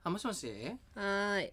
あ、もしもし。いはーい。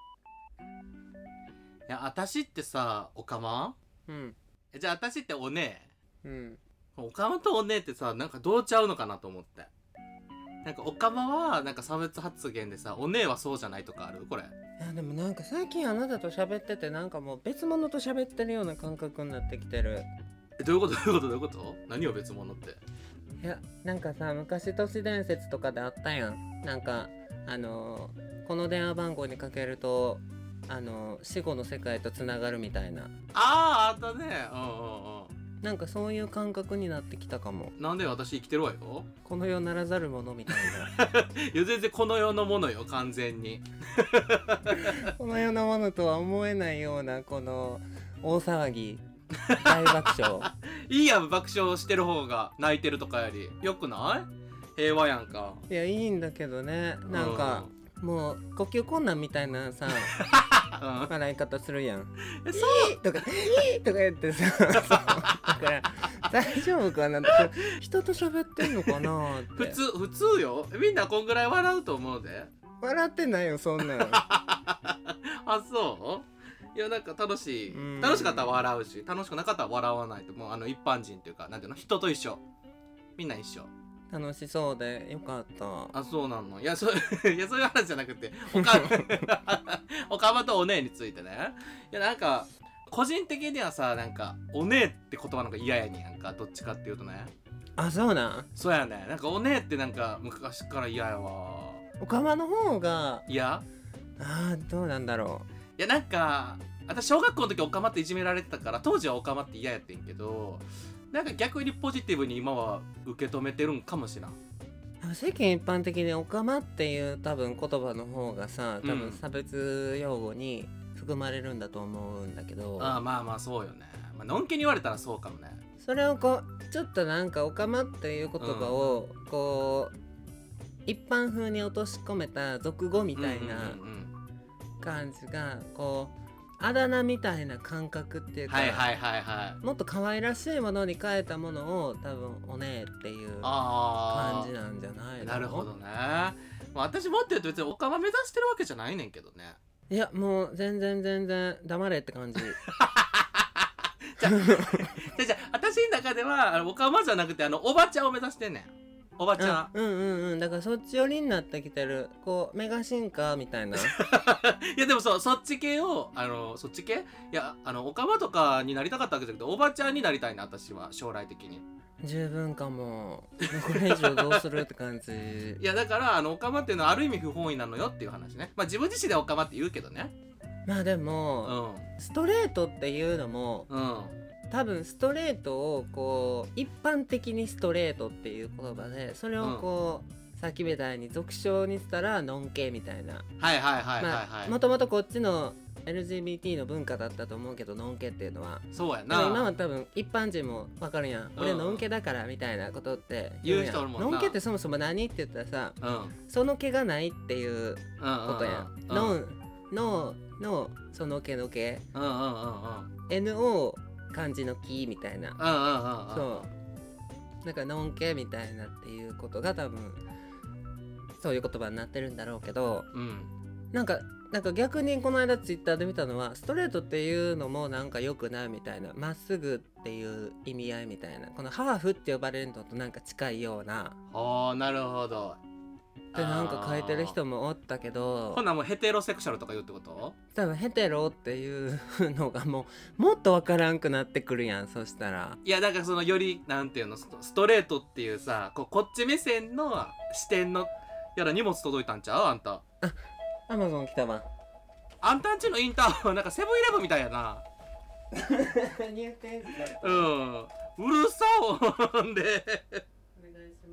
や、私ってさ、おかまうん。 じゃあ私っておねうん。 え。おかまとおねえってさ、なんかどうちゃうのかなと思って。なんかおかまはなんか差別発言でさ、おねえはそうじゃないとかあるこれ。 いやでもなんか最近あなたと喋っててなんかもう別物と喋ってるような感覚になってきてる。 どういうことどういうことどういうこと何を別物って。 いやなんかさ昔都市伝説とかであったやん。なんかこの電話番号にかけると死後の世界とつながるみたいな。 あったね。うん。 なんかそういう感覚になってきたかも。 なんで私生きてるわよ。 この世ならざるものみたいいや、全然この世のものよ、完全に。 な。この世のものとは思えないようなこの大騒ぎ。大爆笑。 いいやん、爆笑してる方が泣いてるとかより。よくない平和やんか。 いやいいんだけどね。なんか、もう呼吸困難みたいなさ笑い方するやん。 そうとかとか言ってさそうだから大丈夫かなって人と喋ってんのかなって普通よ。みんなこんぐらい笑うと思うで。 笑ってないよそんなんあ、そういや、なんか楽しい。楽しかったら笑うし、楽しくなかったら笑わないと。もう一般人っていうか、なんていうの、人と一緒。みんな一緒。 楽しそうでよかった。 あ、そうなの。いや、そういう話じゃなくて、おかまとおねえについてね。いや、なんか、個人的にはさ、なんか、おねえって言葉の方が嫌やねんやんか。どっちかっていうとね。 あ、そうなん。 そうやね。なんか、おねえってなんか、昔から嫌やわ。 おかまの方がいやどうなんだろいや、なんか、私小学校の時おかまっていじめられてたから、当時はおかまって嫌やってんけど、なんか逆にポジティブに今は受け止めてるんかもしらん。 う。世間一般的におかまっていう多分言葉の方がさ多分差別用語に含まれるんだと思うんだけど、 ああ、まあまあそうよね。まあのんけに言われたらそうかもね。 それをこうちょっとなんかおかまっていう言葉をこう一般風に落とし込めた俗語みたいな感じがこうあだ名みたいな感覚っていうか、もっと可愛らしいものに変えたものを多分おねえっていう感じなんじゃないの。 なるほどね。まあ、私もっと言うと別におかま目指してるわけじゃないねんけどね。 いやもう全然黙れって感じじゃ私の中ではおかまじゃなくておばちゃんを目指してんねん。おばちゃん。だからそっち寄りになってきてる。こうメガ進化みたいな。いやでもそっち系をそっち系いやおかまとかになりたかったわけじゃなくておばちゃんになりたいな私は将来的に。 十分かも。これ以上どうするって感じ。 いやだからおかまっていうのはある意味不本意なのよっていう話ね。まあ自分自身でおかまって言うけどね。 まあでも、ストレートっていうのも、多分ストレートをこう一般的にストレートっていう言葉でそれをこう、さっきみたいに俗称にしたらノンケみたいな。もともとこっちの LGBT の文化だったと思うけどノンケっていうのはそうやな。 今は多分一般人も分かるやん、俺ノンケだからみたいなことって言う人おるもんな。 ノンケってそもそも何って言ったらさ、その毛がないっていうことやん。ノのその毛の毛、NO 漢字の木みたいな、そうなんかノンケみたいなっていうことが多分そういう言葉になってるんだろうけど、なんか逆にこの間ツイッターで見たのはストレートっていうのもなんか良くないみたいな、まっすぐっていう意味合いみたいな、このハーフって呼ばれるのとなんか近いような。 なるほどってなんか書いてる人もおったけど、 ほんならもうヘテロセクシャルとか言うってこと？ 多分ヘテロっていうのがもっとわからんくなってくるやん。そしたらいやだからそのよりなんていうのストレートっていうさこっち目線の視点のやら荷物届いたんちゃうあんた。 アマゾン来たわ。 あんたんちのインターホンなんかセブンイレブンみたいやな。 入店うるさおほんでお願いします。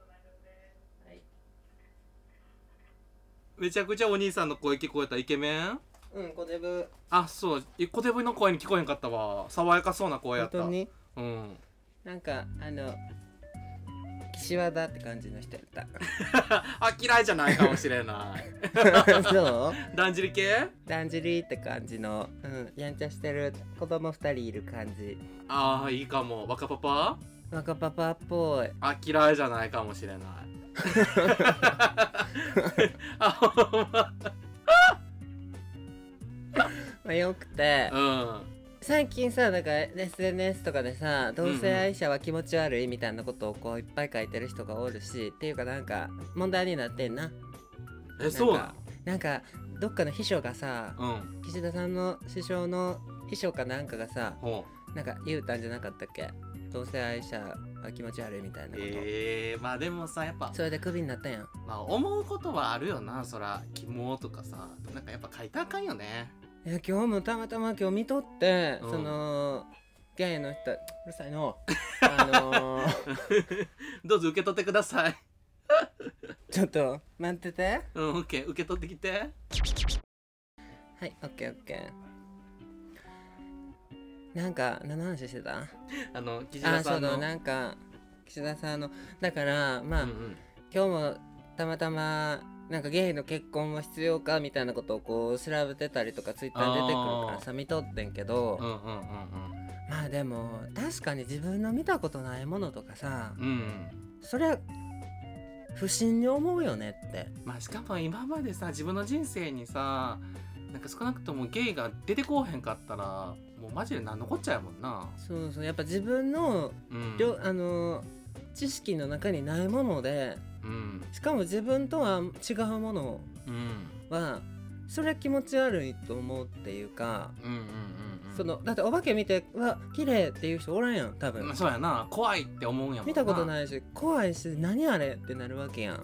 めちゃくちゃお兄さんの声聞こえた。イケメン？ コデブ。 あ、そうコデブの声に聞こえんかったわ。爽やかそうな声やった。 本当に？なんか岸和田って感じの人やったあ、嫌いじゃないかもしれないそうだんじり系？ だんじりって感じの、やんちゃしてる子供2人いる感じ。 ああ、いいかも。若パパっっぽい。 あ、嫌いじゃないかもしれない。 あほんままあよくて、 うん、 最近さだから SNS とかでさ同性愛者は気持ち悪いみたいなことをこういっぱい書いてる人がおるし、っていうかなんか問題になってんな。 そうなの？ なんかどっかの秘書がさ、 うん、 岸田さんの首相の秘書かなんかがさ、なんか言うたんじゃなかったっけ、同性愛者は気持ち悪いみたいなこと。 まあでもさやっぱそれでクビになったやん。 まあ思うことはあるよな、そらキモとかさ、なんかやっぱ書いたらあかんよね。 いや今日もたまたま今日見とって、 うん、 そのゲイの人うるさいのどうぞ受け取ってください。 ちょっと待ってて。 うん、オッケー、受け取ってきて。 はい、オッケーオッケー。なんか何の話してた？ 岸田さんの。 そうだ、なんか岸田さんのだからまあ、今日もたまたまなんかゲイの結婚は必要かみたいなことをこう調べてたりとかツイッターに出てくるからさ見とってんけど、まあでも確かに自分の見たことないものとかさ、そりゃ不審に思うよねって。 まあしかも今までさ自分の人生にさなんか少なくともゲイが出てこうへんかったらもうマジで何のこっちゃやもんな。 そうそう、やっぱ自分の、知識の中にないもので、しかも自分とは違うものは、それは気持ち悪いと思うっていうか、そのだってお化け見てうわ綺麗っていう人おらんやん多分。 そうやな、怖いって思うんやもんな。 見たことないし怖いし何あれってなるわけやん。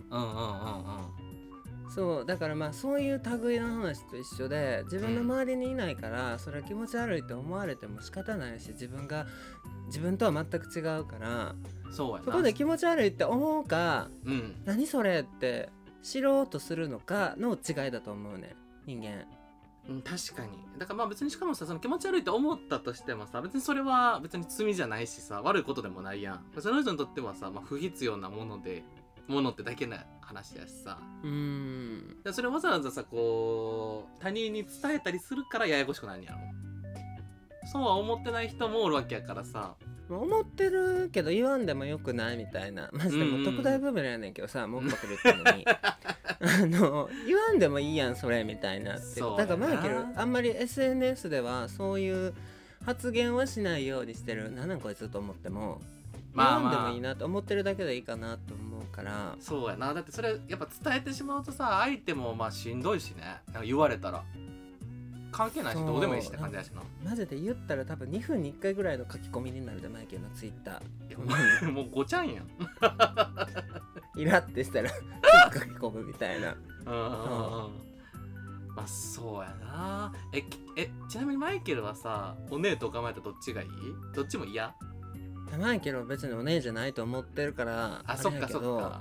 そうだからまあそういう類の話と一緒で、自分の周りにいないから、それは気持ち悪いって思われても仕方ないし、自分とは全く違うから、 そうやな、 そこで気持ち悪いって思うか、何それって知ろうとするのかの違いだと思うね人間。 確かに。だからまあ別にしかもさ、その気持ち悪いと思ったとしてもさ、別にそれは別に罪じゃないしさ、悪いことでもないやん。その人にとってはさ、まあ、不必要なものってだけな話やしさ。それをわざわざさこう他人に伝えたりするからややこしくないんやろ。そうは思ってない人もおるわけやからさ。 思ってるけど言わんでもよくないみたいな、マジでもう特大部分やねんけどさ、もうばっかり言ってるのに言わんでもいいやんそれみたたいなって。だからマイケルあんまり SNS ではそういう発言はしないようにしてる。なんなんこいつと思っても、言わんでもいいなと思ってるだけでいいかなと思うから。 そうやな。だってそれやっぱ伝えてしまうとさ、相手もまあしんどいしね。なんか言われたら関係ないしどうでもいいしって感じだしな。 マジで言ったら多分2分に1回ぐらいの書き込みになるでマイケルのツイッター。 もうごちゃんやん。 イラってしたら書き込むみたいな。 まあそうやな。ちなみにマイケルはさ、お姉とおかまやったらどっちがいい？どっちも嫌？ マイケルは別にお姉じゃないと思ってるから。 そっかそっか。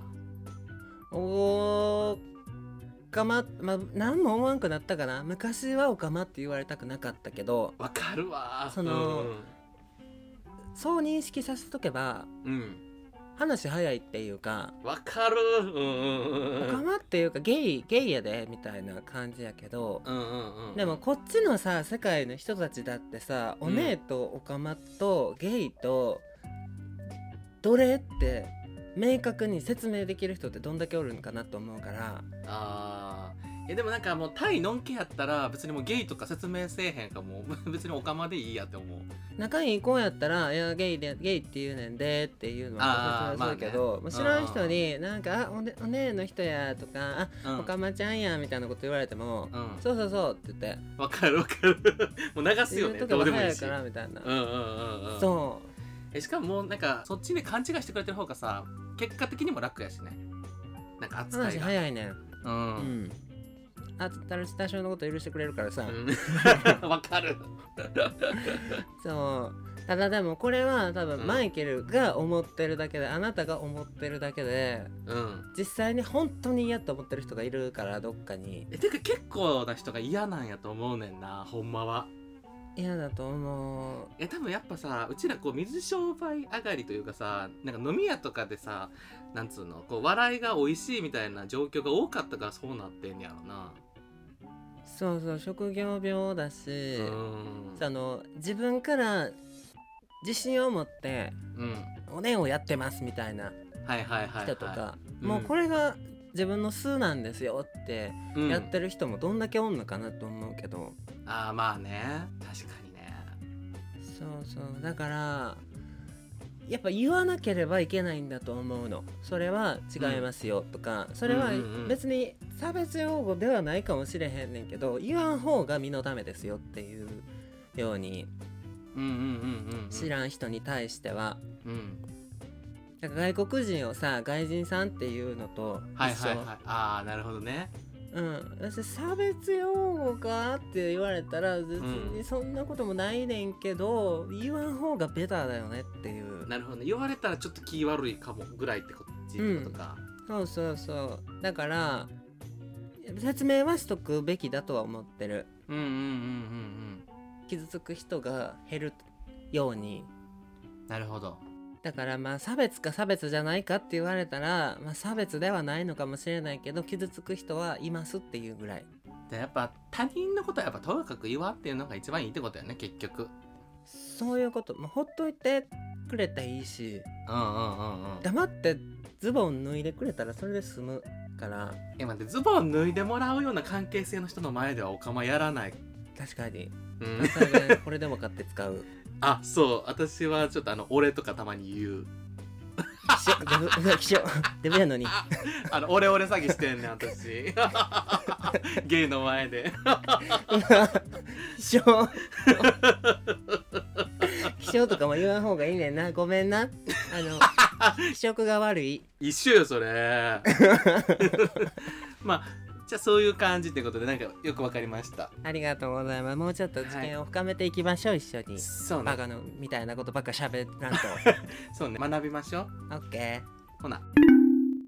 おかま、何も思わんくなったかな。昔はおかまって言われたくなかったけど。 わかるわ。 そう認識させとけば、話早いっていうか。 わかる。 おかまっていうかゲイやでみたいな感じやけど、でもこっちのさ世界の人たちだってさ、お姉とおかまとゲイとどれって明確に説明できる人ってどんだけおるんかなと思うから。 でもなんかもう対ノンケやったら別にもうゲイとか説明せえへんかもう別におかまでいいやって思う。 仲いい子やったらいやゲイっていうねんでっていうのは説明するけど、知らん人になんかお姉の人やとかおかまちゃんやみたいなこと言われても、そうそうそうって言ってわかるもう流すよね。 どうでもいいしからみたいな。そうしかももうなんかそっちで勘違いしてくれてる方がさ結果的にも楽やしね。なんか扱いが話早いねん。多少のこと許してくれるからさ。 わかる。 そう。ただでもこれは多分マイケルが思ってるだけで、あなたが思ってるだけで、実際に本当に嫌と思ってる人がいるから、どっかに。 てか結構な人が嫌なんやと思うねんな、ほんまは。 嫌だと思う。 多分やっぱさ、うちらこう水商売上がりというかさ、なんか飲み屋とかでさ、なんつうのこう笑いが美味しいみたいな状況が多かったからそうなってんやろな。 そうそう、職業病だし、自分から自信を持って、おねんをやってますみたいな人とか、もうこれが自分の素なんですよってやってる人もどんだけおんのかなと思うけど、 ああまあね、確かにね。 そうだからやっぱ言わなければいけないんだと思うの。それは違いますよとか、それは別に差別用語ではないかもしれへんねんけど、言わん方が身のためですよっていうように、知らん人に対しては、だから外国人をさ外人さんっていうのと一緒。 ああなるほどね。 私差別用語かって言われたら別にそんなこともないねんけど、言わん方がベターだよねっていう。 なるほどね。言われたらちょっと気悪いかもぐらいってことか。 そうだから説明はしとくべきだとは思ってる。傷つく人が減るように。 なるほど。 だからまあ差別か差別じゃないかって言われたら、まあ、差別ではないのかもしれないけど傷つく人はいますっていうぐらいで、やっぱ他人のことはやっぱとにかく言わっていうのが一番いいってことやね結局。 そういうこと、ほっといてくれたらいいし、黙ってズボン脱いでくれたらそれで済むから。 待って、ズボン脱いでもらうような関係性の人の前ではおかまやらない。 確かに、これでも買って使う。 あ、そう、私はちょっと俺とかたまに言う。 デブやのに俺詐欺してんねん私。ゲイの前で。 気象とかも言わん方がいいねんな。ごめんな。気色が悪い。 一緒よそれ。まあじゃあそういう感じってことでなんかよくわかりました。 ありがとうございます。もうちょっと知見を深めていきましょう、一緒に。 そうね。 バカのみたいなことばっか喋らんと。 そうね、学びましょう。 オッケー。ほな。